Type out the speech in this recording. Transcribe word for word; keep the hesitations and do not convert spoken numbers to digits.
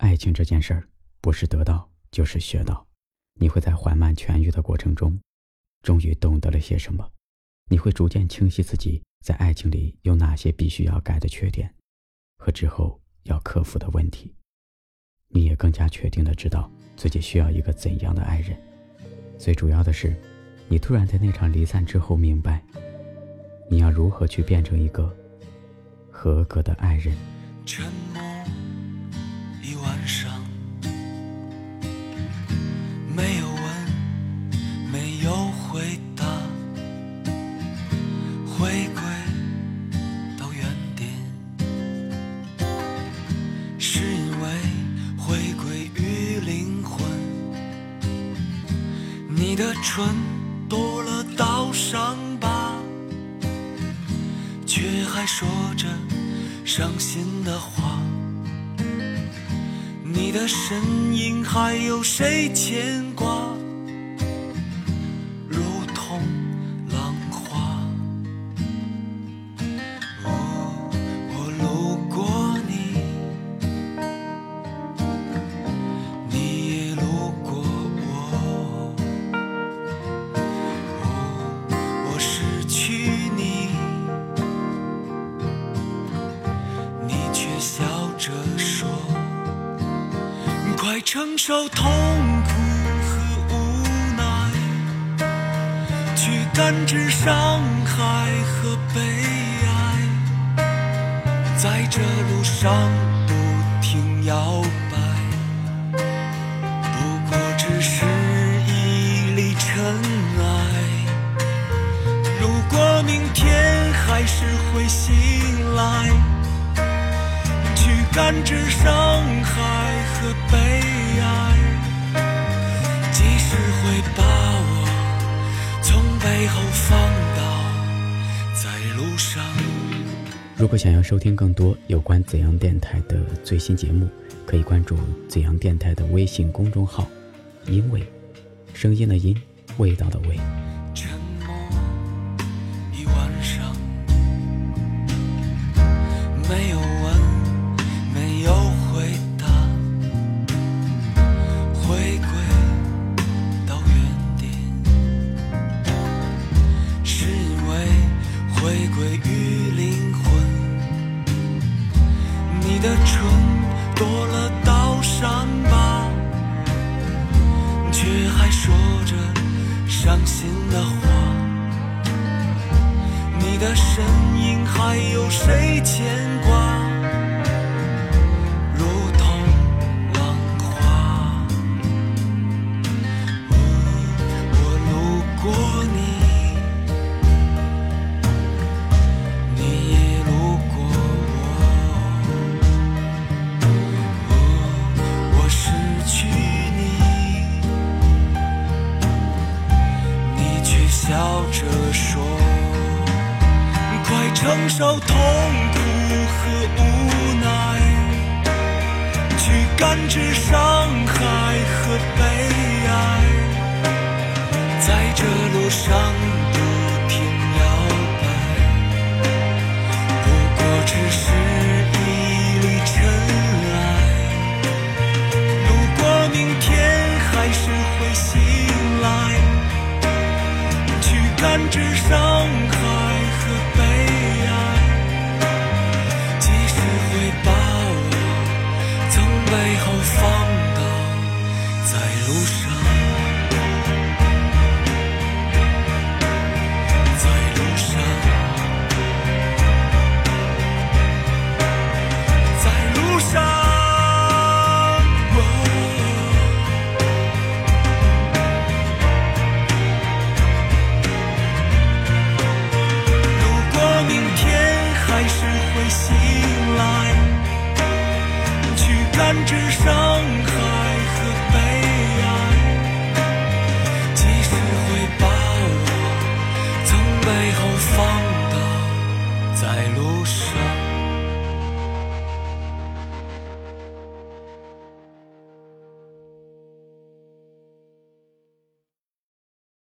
爱情这件事儿，不是得到就是学到。你会在缓慢痊愈的过程中，终于懂得了些什么。你会逐渐清晰自己在爱情里有哪些必须要改的缺点，和之后要克服的问题。你也更加确定地知道自己需要一个怎样的爱人。最主要的是，你突然在那场离散之后明白，你要如何去变成一个合格的爱人。 沉默一晚上，没有问，没有回答，回归到原点，是因为回归于灵魂。你的唇多了道伤疤，却还说着伤心的话。你的身影还有谁牵挂，如同浪花。哦，我路过你，你也路过我。哦，我失去你，你却笑着说，快承受痛苦和无奈，去感知伤害和悲哀，在这路上不停摇摆，不过只是一粒尘埃。如果明天还是会醒来，去感知伤害和悲哀，即使会把我从背后放倒在路上。 如果想要收听更多有关怎样电台的最新节目，可以关注怎样电台的微信公众号，因为声音的音，味道的味。 沉默一晚上，没有问，没有回答，回归到原点，是因为回归于灵魂。你的唇多了道伤疤，却还说着伤心的话。你的身影还有谁牵挂，如同浪花。哦，我路过你，你也路过我。哦，我失去你，你却笑着说，快承受痛苦和无奈，去感知伤害和悲哀，在这路上不停摇摆，不过只是一粒尘埃。如果明天还是会醒来，去感知伤害和悲哀，即使会把我从背后放倒在路上，在路上，在路上。还是会醒来，去感知伤